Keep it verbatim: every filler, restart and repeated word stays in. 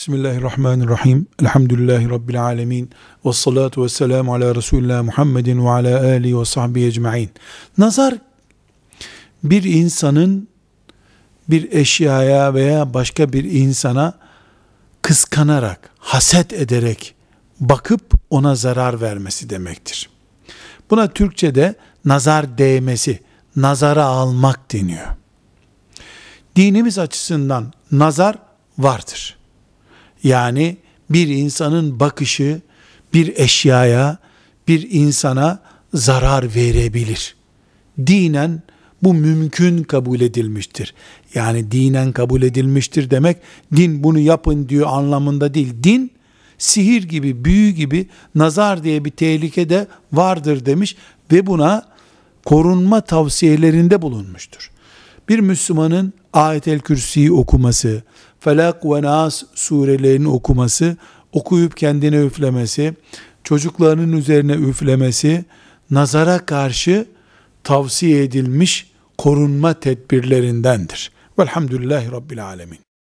Bismillahirrahmanirrahim. Elhamdülillahi Rabbil alemin. Ve salatu ve selamu ala Resulullah Muhammedin ve ala alihi ve sahbihi ecma'in. Nazar, bir insanın bir eşyaya veya başka bir insana kıskanarak, haset ederek bakıp ona zarar vermesi demektir. Buna Türkçe'de nazar değmesi, nazara almak deniyor. Dinimiz açısından nazar vardır. Yani bir insanın bakışı bir eşyaya, bir insana zarar verebilir. Dinen bu mümkün kabul edilmiştir. Yani dinen kabul edilmiştir demek, din bunu yapın diyor anlamında değil. Din, sihir gibi, büyü gibi nazar diye bir tehlike de vardır demiş ve buna korunma tavsiyelerinde bulunmuştur. Bir Müslümanın Ayet-el Kürsi'yi okuması, Felak ve Nas surelerini okuması, okuyup kendine üflemesi, çocuklarının üzerine üflemesi, nazara karşı tavsiye edilmiş korunma tedbirlerindendir. Velhamdülillahi Rabbil alemin.